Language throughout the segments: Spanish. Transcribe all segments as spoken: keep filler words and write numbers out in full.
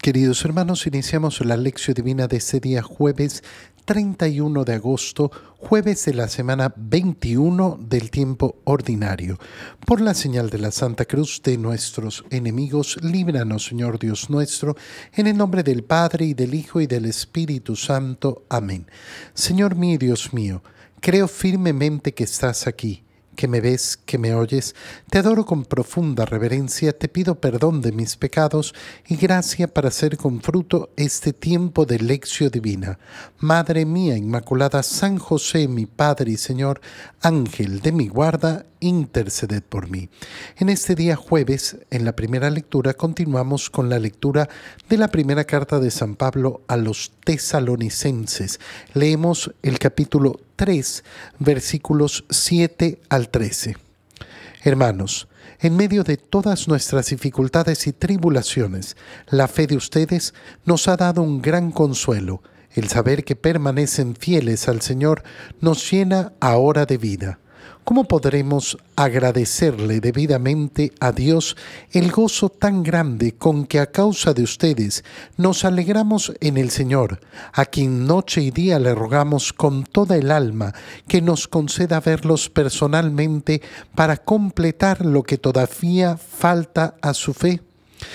Queridos hermanos, iniciamos la lección divina de este día jueves treinta y uno de agosto, jueves de la semana veintiuno del tiempo ordinario. Por la señal de la Santa Cruz de nuestros enemigos, líbranos, Señor Dios nuestro, en el nombre del Padre, y del Hijo, y del Espíritu Santo. Amén. Señor mío y Dios mío, creo firmemente que estás aquí, que me ves, que me oyes. Te adoro con profunda reverencia, te pido perdón de mis pecados y gracia para hacer con fruto este tiempo de lección divina. Madre mía Inmaculada, San José, mi Padre y Señor, Ángel de mi guarda, interceded por mí. En este día jueves, en la primera lectura, continuamos con la lectura de la primera carta de San Pablo a los tesalonicenses. Leemos el capítulo tres, versículos siete al trece. Hermanos, en medio de todas nuestras dificultades y tribulaciones, la fe de ustedes nos ha dado un gran consuelo. El saber que permanecen fieles al Señor nos llena ahora de vida. ¿Cómo podremos agradecerle debidamente a Dios el gozo tan grande con que a causa de ustedes nos alegramos en el Señor, a quien noche y día le rogamos con toda el alma que nos conceda verlos personalmente para completar lo que todavía falta a su fe?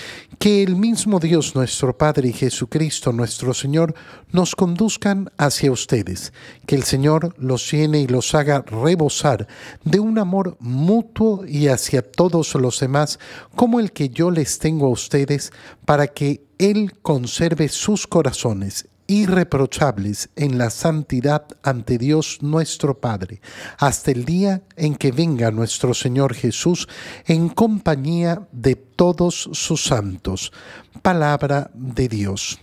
Que el mismo Dios nuestro Padre y Jesucristo nuestro Señor nos conduzcan hacia ustedes, que el Señor los llene y los haga rebosar de un amor mutuo y hacia todos los demás, como el que yo les tengo a ustedes, para que Él conserve sus corazones irreprochables en la santidad ante Dios nuestro Padre, hasta el día en que venga nuestro Señor Jesús en compañía de todos sus santos. Palabra de Dios.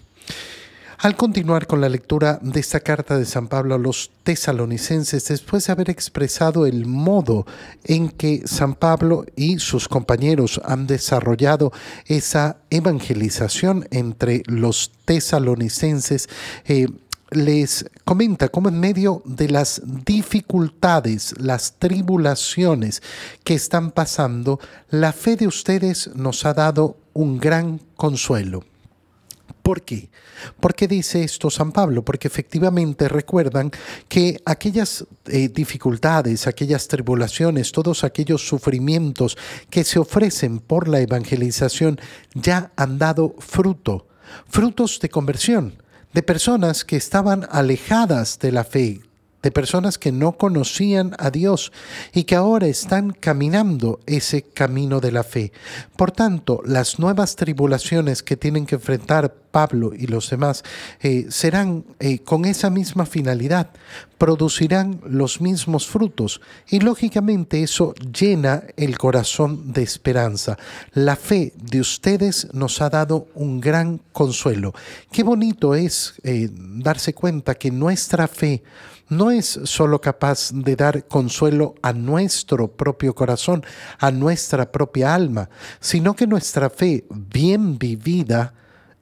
Al continuar con la lectura de esta carta de San Pablo a los tesalonicenses, después de haber expresado el modo en que San Pablo y sus compañeros han desarrollado esa evangelización entre los tesalonicenses, eh, les comenta cómo en medio de las dificultades, las tribulaciones que están pasando, la fe de ustedes nos ha dado un gran consuelo. ¿Por qué? ¿Por qué dice esto San Pablo? Porque efectivamente recuerdan que aquellas eh, dificultades, aquellas tribulaciones, todos aquellos sufrimientos que se ofrecen por la evangelización ya han dado fruto, frutos de conversión, de personas que estaban alejadas de la fe, de personas que no conocían a Dios y que ahora están caminando ese camino de la fe. Por tanto, las nuevas tribulaciones que tienen que enfrentar Pablo y los demás eh, serán eh, con esa misma finalidad, producirán los mismos frutos y lógicamente eso llena el corazón de esperanza. La fe de ustedes nos ha dado un gran consuelo. Qué bonito es eh, darse cuenta que nuestra fe no es solo capaz de dar consuelo a nuestro propio corazón, a nuestra propia alma, sino que nuestra fe bien vivida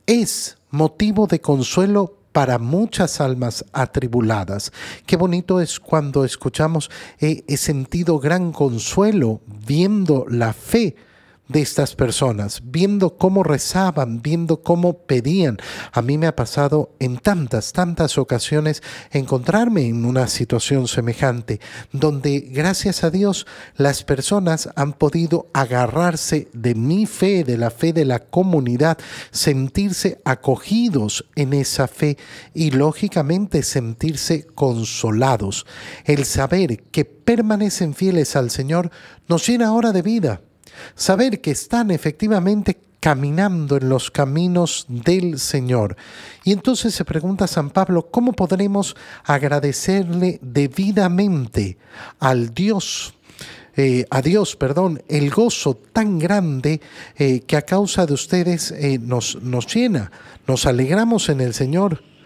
es motivo de consuelo para muchas almas atribuladas. Qué bonito es cuando escuchamos, eh, he sentido gran consuelo viendo la fe de estas personas, viendo cómo rezaban, viendo cómo pedían. A mí me ha pasado en tantas, tantas ocasiones encontrarme en una situación semejante, donde gracias a Dios las personas han podido agarrarse de mi fe, de la fe de la comunidad, sentirse acogidos en esa fe y lógicamente sentirse consolados. El saber que permanecen fieles al Señor nos llena ahora de vida. Saber que están efectivamente caminando en los caminos del Señor. Y entonces se pregunta San Pablo, ¿cómo podremos agradecerle debidamente al Dios, eh, a Dios, perdón, el gozo tan grande eh, que a causa de ustedes eh, nos, nos llena? Nos alegramos en el Señor.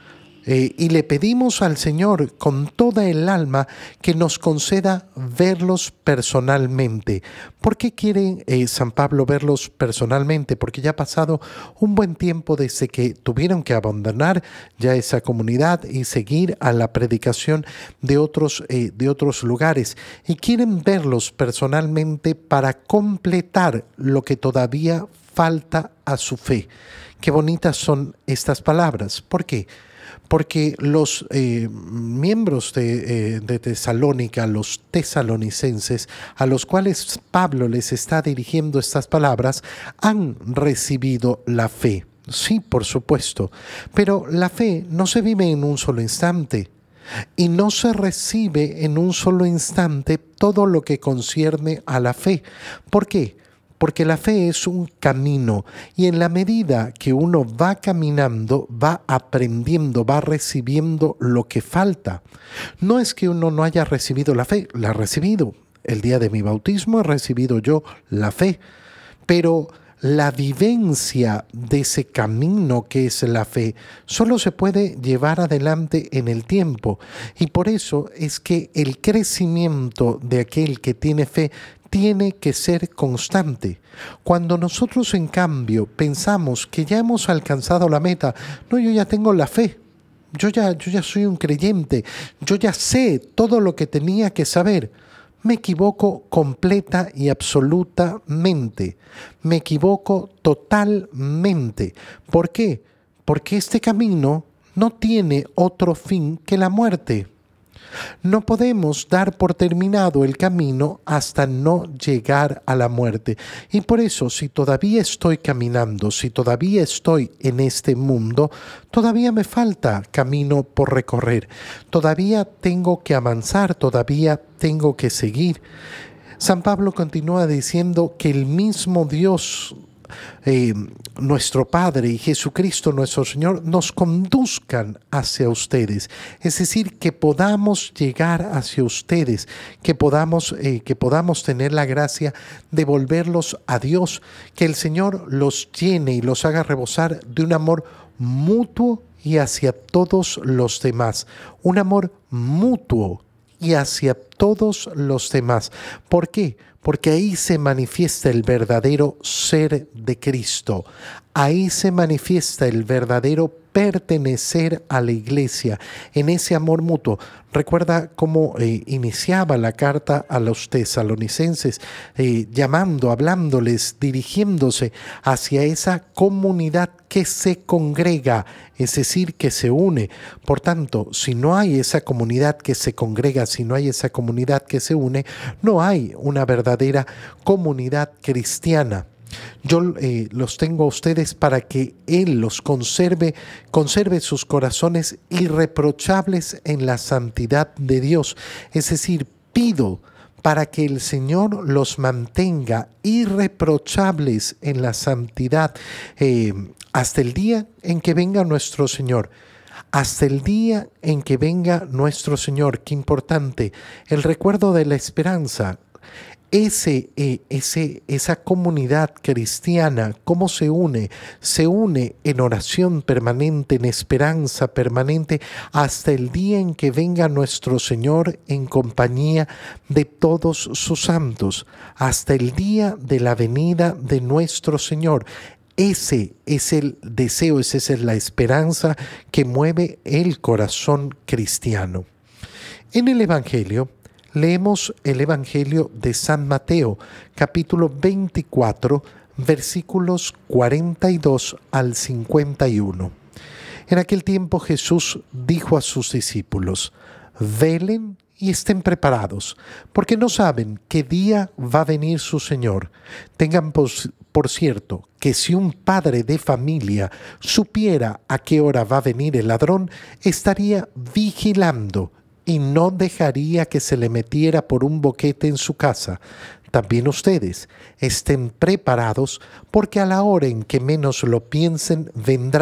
Eh, y le pedimos al Señor con toda el alma que nos conceda verlos personalmente. ¿Por qué quiere eh, San Pablo verlos personalmente? Porque ya ha pasado un buen tiempo desde que tuvieron que abandonar ya esa comunidad y seguir a la predicación de otros, eh, de otros lugares. Y quieren verlos personalmente para completar lo que todavía falta a su fe. Qué bonitas son estas palabras. ¿Por qué? Porque los eh, miembros de, eh, de Tesalónica, los tesalonicenses, a los cuales Pablo les está dirigiendo estas palabras, han recibido la fe. Sí, por supuesto, pero la fe no se vive en un solo instante y no se recibe en un solo instante todo lo que concierne a la fe. ¿Por qué? Porque la fe es un camino y en la medida que uno va caminando, va aprendiendo, va recibiendo lo que falta. No es que uno no haya recibido la fe, la ha recibido. El día de mi bautismo he recibido yo la fe, pero la vivencia de ese camino que es la fe solo se puede llevar adelante en el tiempo y por eso es que el crecimiento de aquel que tiene fe tiene que ser constante. Cuando nosotros en cambio pensamos que ya hemos alcanzado la meta, no, yo ya tengo la fe, yo ya, yo ya soy un creyente, yo ya sé todo lo que tenía que saber, me equivoco completa y absolutamente, me equivoco totalmente. ¿Por qué? Porque este camino no tiene otro fin que la muerte. No podemos dar por terminado el camino hasta no llegar a la muerte. Y por eso, si todavía estoy caminando, si todavía estoy en este mundo, todavía me falta camino por recorrer. Todavía tengo que avanzar, todavía tengo que seguir. San Pablo continúa diciendo que el mismo Dios, Eh, nuestro Padre y Jesucristo nuestro Señor nos conduzcan hacia ustedes, es decir, que podamos llegar hacia ustedes, que podamos, eh, que podamos tener la gracia de volverlos a Dios, que el Señor los llene y los haga rebosar de un amor mutuo y hacia todos los demás, un amor mutuo y hacia todos los demás. ¿Por qué? Porque ahí se manifiesta el verdadero ser de Cristo. Ahí se manifiesta el verdadero pertenecer a la iglesia, en ese amor mutuo. Recuerda cómo eh, iniciaba la carta a los tesalonicenses, eh, llamando, hablándoles, dirigiéndose hacia esa comunidad que se congrega, es decir, que se une. Por tanto, si no hay esa comunidad que se congrega, si no hay esa comunidad que se une, no hay una verdadera comunidad cristiana. Yo eh, los tengo a ustedes para que Él los conserve, conserve sus corazones irreprochables en la santidad de Dios. Es decir, pido para que el Señor los mantenga irreprochables en la santidad eh, hasta el día en que venga nuestro Señor. Hasta el día en que venga nuestro Señor. Qué importante, el recuerdo de la esperanza. Ese, eh, ese, esa comunidad cristiana, ¿cómo se une? Se une en oración permanente, en esperanza permanente, hasta el día en que venga nuestro Señor en compañía de todos sus santos, hasta el día de la venida de nuestro Señor. Ese es el deseo, esa es la esperanza que mueve el corazón cristiano. En el Evangelio, leemos el Evangelio de San Mateo, capítulo veinticuatro, versículos cuarenta y dos al cincuenta y uno. En aquel tiempo Jesús dijo a sus discípulos: velen y estén preparados, porque no saben qué día va a venir su Señor. Tengan por, por cierto que si un padre de familia supiera a qué hora va a venir el ladrón, estaría vigilando y no dejaría que se le metiera por un boquete en su casa. También ustedes estén preparados, porque a la hora en que menos lo piensen vendrá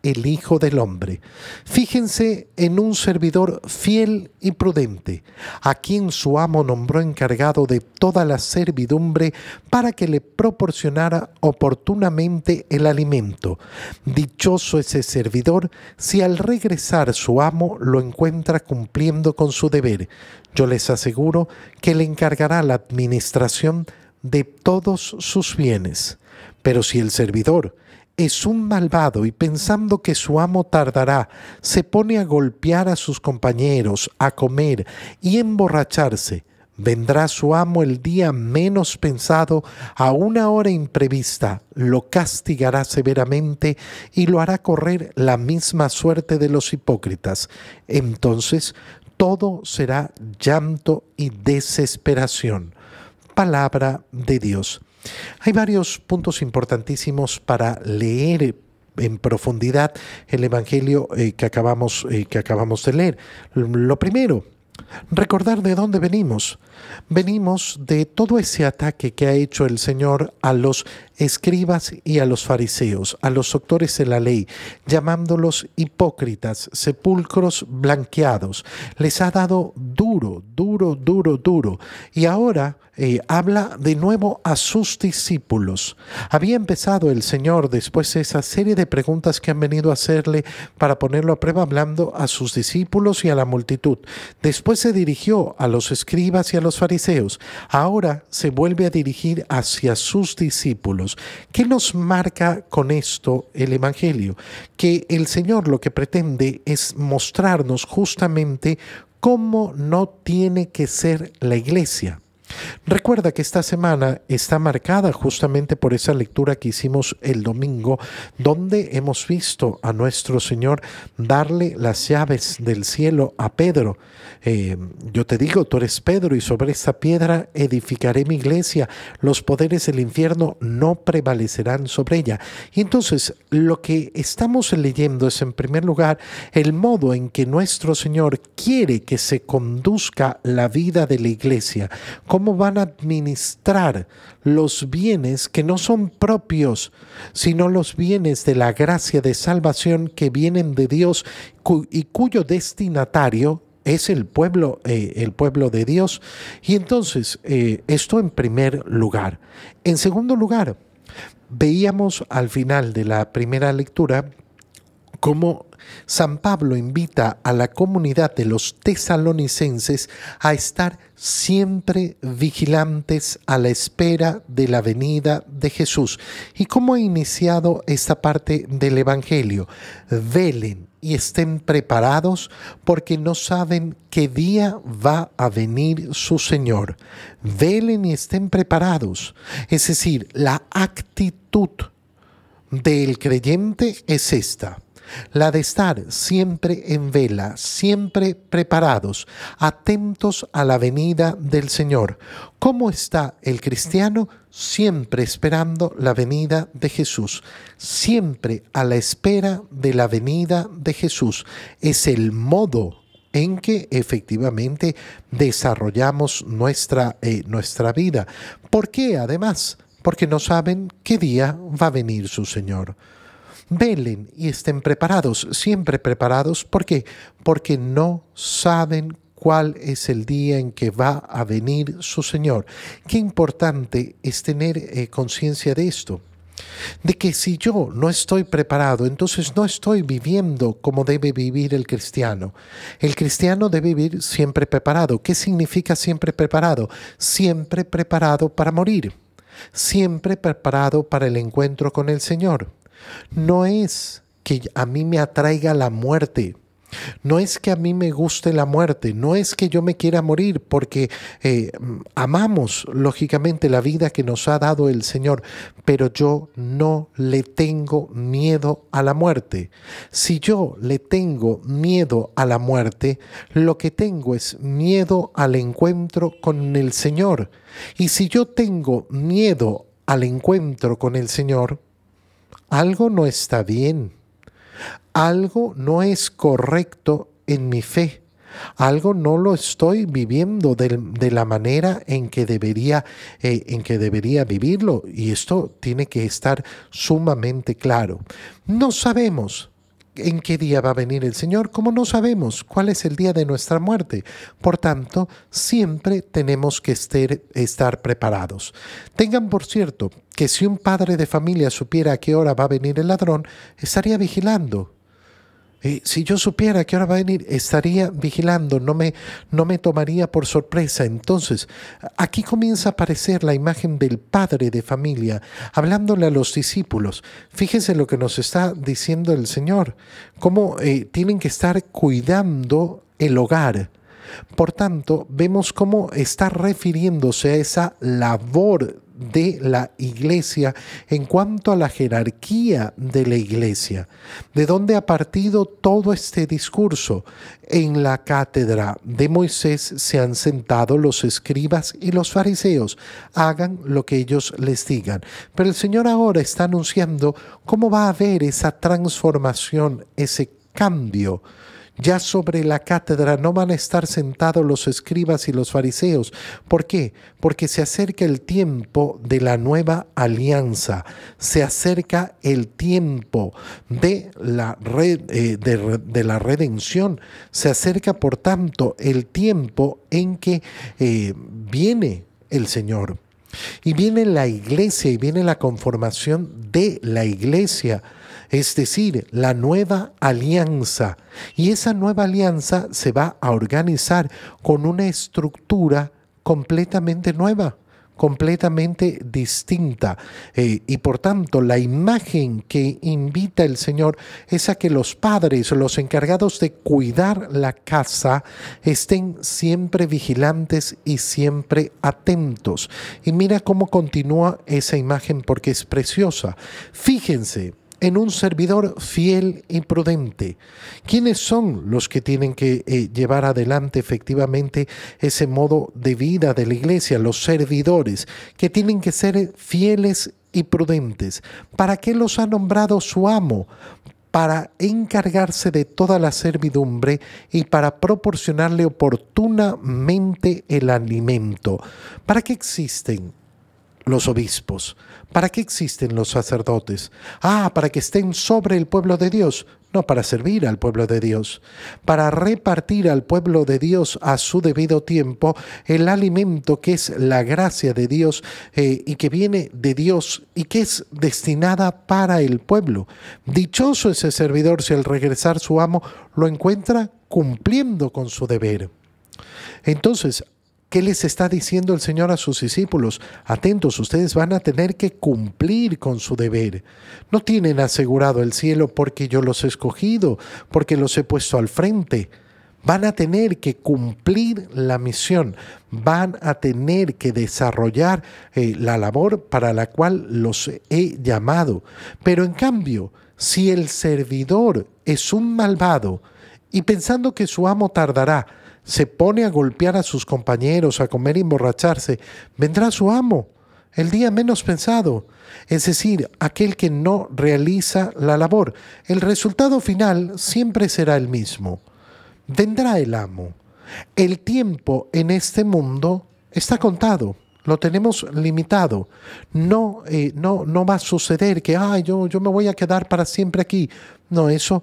el Hijo del Hombre. Fíjense en un servidor fiel y prudente, a quien su amo nombró encargado de toda la servidumbre para que le proporcionara oportunamente el alimento. Dichoso ese servidor si al regresar su amo lo encuentra cumpliendo con su deber. Yo les aseguro que le encargará la administración de todos sus bienes. Pero si el servidor es un malvado y pensando que su amo tardará, se pone a golpear a sus compañeros, a comer y emborracharse, vendrá su amo el día menos pensado, a una hora imprevista, lo castigará severamente y lo hará correr la misma suerte de los hipócritas. Entonces todo será llanto y desesperación. Palabra de Dios. Hay varios puntos importantísimos para leer en profundidad el Evangelio eh, que, acabamos, eh, que acabamos de leer. Lo primero, recordar de dónde venimos. Venimos de todo ese ataque que ha hecho el Señor a los escribas y a los fariseos, a los doctores de la ley, llamándolos hipócritas, sepulcros blanqueados. Les ha dado duro, duro, duro, duro. Y ahora eh, habla de nuevo a sus discípulos. Había empezado el Señor, después de esa serie de preguntas que han venido a hacerle para ponerlo a prueba, hablando a sus discípulos y a la multitud. Después se dirigió a los escribas y a los fariseos. Ahora se vuelve a dirigir hacia sus discípulos. ¿Qué nos marca con esto el Evangelio? Que el Señor lo que pretende es mostrarnos justamente cómo no tiene que ser la iglesia. Recuerda que esta semana está marcada justamente por esa lectura que hicimos el domingo, donde hemos visto a nuestro Señor darle las llaves del cielo a Pedro. Eh, yo te digo, tú eres Pedro, y sobre esta piedra edificaré mi iglesia. Los poderes del infierno no prevalecerán sobre ella. Y entonces, lo que estamos leyendo es, en primer lugar, el modo en que nuestro Señor quiere que se conduzca la vida de la iglesia. Cómo van a administrar los bienes que no son propios, sino los bienes de la gracia de salvación que vienen de Dios y cuyo destinatario es el pueblo, eh, el pueblo de Dios. Y entonces, eh, esto en primer lugar. En segundo lugar, veíamos al final de la primera lectura cómo San Pablo invita a la comunidad de los tesalonicenses a estar siempre vigilantes a la espera de la venida de Jesús. ¿Y cómo ha iniciado esta parte del Evangelio? Velen y estén preparados porque no saben qué día va a venir su Señor. Velen y estén preparados. Es decir, la actitud del creyente es esta: la de estar siempre en vela, siempre preparados, atentos a la venida del Señor. ¿Cómo está el cristiano? Siempre esperando la venida de Jesús, siempre a la espera de la venida de Jesús. Es el modo en que efectivamente desarrollamos nuestra, eh, nuestra vida. ¿Por qué? Además, porque no saben qué día va a venir su Señor. Velen y estén preparados, siempre preparados. ¿Por qué? Porque no saben cuál es el día en que va a venir su Señor. Qué importante es tener eh, conciencia de esto, de que si yo no estoy preparado, entonces no estoy viviendo como debe vivir el cristiano. El cristiano debe vivir siempre preparado. ¿Qué significa siempre preparado? Siempre preparado para morir, siempre preparado para el encuentro con el Señor. No es que a mí me atraiga la muerte, no es que a mí me guste la muerte, no es que yo me quiera morir, porque eh, amamos lógicamente la vida que nos ha dado el Señor, pero yo no le tengo miedo a la muerte. Si yo le tengo miedo a la muerte, lo que tengo es miedo al encuentro con el Señor. Y si yo tengo miedo al encuentro con el Señor, algo no está bien, algo no es correcto en mi fe, algo no lo estoy viviendo de, de la manera en que debería, eh, en que debería vivirlo, y esto tiene que estar sumamente claro. No sabemos ¿En qué día va a venir el Señor? Como no sabemos cuál es el día de nuestra muerte. Por tanto, siempre tenemos que estar, estar preparados. Tengan por cierto que si un padre de familia supiera a qué hora va a venir el ladrón, estaría vigilando. Eh, si yo supiera a qué hora va a venir, estaría vigilando, no me, no me tomaría por sorpresa. Entonces, aquí comienza a aparecer la imagen del padre de familia, hablándole a los discípulos. Fíjense lo que nos está diciendo el Señor, cómo eh, tienen que estar cuidando el hogar. Por tanto, vemos cómo está refiriéndose a esa labor de la iglesia en cuanto a la jerarquía de la iglesia. ¿De dónde ha partido todo este discurso? En la cátedra de Moisés se han sentado los escribas y los fariseos. Hagan lo que ellos les digan. Pero el Señor ahora está anunciando cómo va a haber esa transformación, ese cambio. Ya sobre la cátedra no van a estar sentados los escribas y los fariseos. ¿Por qué? Porque se acerca el tiempo de la nueva alianza. Se acerca el tiempo de la, red, eh, de, de la redención. Se acerca, por tanto, el tiempo en que eh, viene el Señor. Y viene la iglesia y viene la conformación de la iglesia. Es decir, la nueva alianza. Y esa nueva alianza se va a organizar con una estructura completamente nueva, completamente distinta. Eh, y por tanto, la imagen que invita el Señor es a que los padres, los encargados de cuidar la casa, estén siempre vigilantes y siempre atentos. Y mira cómo continúa esa imagen porque es preciosa. Fíjense en un servidor fiel y prudente. ¿Quiénes son los que tienen que eh, llevar adelante efectivamente ese modo de vida de la iglesia? Los servidores, que tienen que ser fieles y prudentes. ¿Para qué los ha nombrado su amo? Para encargarse de toda la servidumbre y para proporcionarle oportunamente el alimento. ¿Para qué existen los obispos? ¿Para qué existen los sacerdotes? Ah, para que estén sobre el pueblo de Dios. No, para servir al pueblo de Dios. Para repartir al pueblo de Dios a su debido tiempo el alimento que es la gracia de Dios eh, y que viene de Dios y que es destinada para el pueblo. Dichoso ese servidor si al regresar su amo lo encuentra cumpliendo con su deber. Entonces, ¿qué les está diciendo el Señor a sus discípulos? Atentos, ustedes van a tener que cumplir con su deber. No tienen asegurado el cielo porque yo los he escogido, porque los he puesto al frente. Van a tener que cumplir la misión, van a tener que desarrollar eh, la labor para la cual los he llamado. Pero en cambio, si el servidor es un malvado y pensando que su amo tardará, se pone a golpear a sus compañeros, a comer y emborracharse, vendrá su amo el día menos pensado, es decir, aquel que no realiza la labor. El resultado final siempre será el mismo. Vendrá el amo. El tiempo en este mundo está contado. Lo tenemos limitado. No, eh, no, no va a suceder que ah, yo, yo me voy a quedar para siempre aquí. No, eso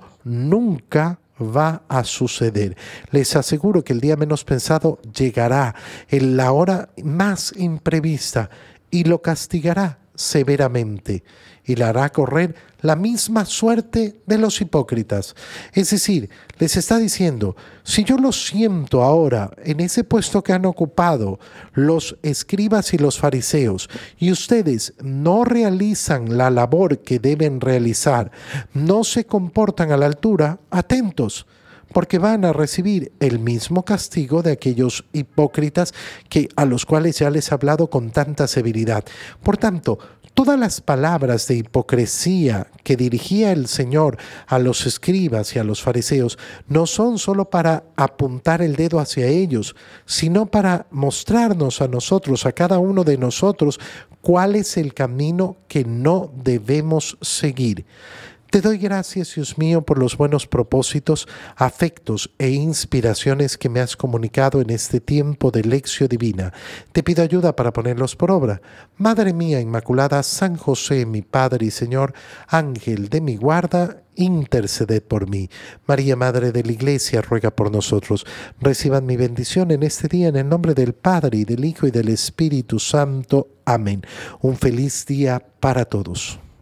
nunca va a suceder. Les aseguro que el día menos pensado llegará en la hora más imprevista y lo castigará severamente y le hará correr la misma suerte de los hipócritas. Es decir, les está diciendo, si yo los siento ahora en ese puesto que han ocupado los escribas y los fariseos y ustedes no realizan la labor que deben realizar, no se comportan a la altura, atentos, porque van a recibir el mismo castigo de aquellos hipócritas que, a los cuales ya les he hablado con tanta severidad. Por tanto, todas las palabras de hipocresía que dirigía el Señor a los escribas y a los fariseos no son solo para apuntar el dedo hacia ellos, sino para mostrarnos a nosotros, a cada uno de nosotros, cuál es el camino que no debemos seguir. Te doy gracias, Dios mío, por los buenos propósitos, afectos e inspiraciones que me has comunicado en este tiempo de lección divina. Te pido ayuda para ponerlos por obra. Madre mía Inmaculada, San José, mi Padre y Señor, Ángel de mi guarda, interceded por mí. María, Madre de la Iglesia, ruega por nosotros. Reciban mi bendición en este día en el nombre del Padre, y del Hijo, y del Espíritu Santo. Amén. Un feliz día para todos.